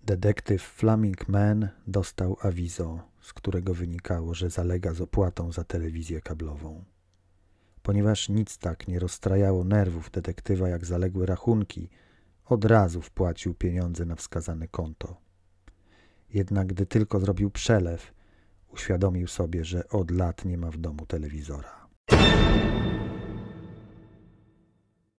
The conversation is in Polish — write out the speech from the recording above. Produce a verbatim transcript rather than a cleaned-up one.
Detektyw Flaming Man dostał awizo, z którego wynikało, że zalega z opłatą za telewizję kablową. Ponieważ nic tak nie rozstrajało nerwów detektywa jak zaległe rachunki, od razu wpłacił pieniądze na wskazane konto. Jednak gdy tylko zrobił przelew, uświadomił sobie, że od lat nie ma w domu telewizora.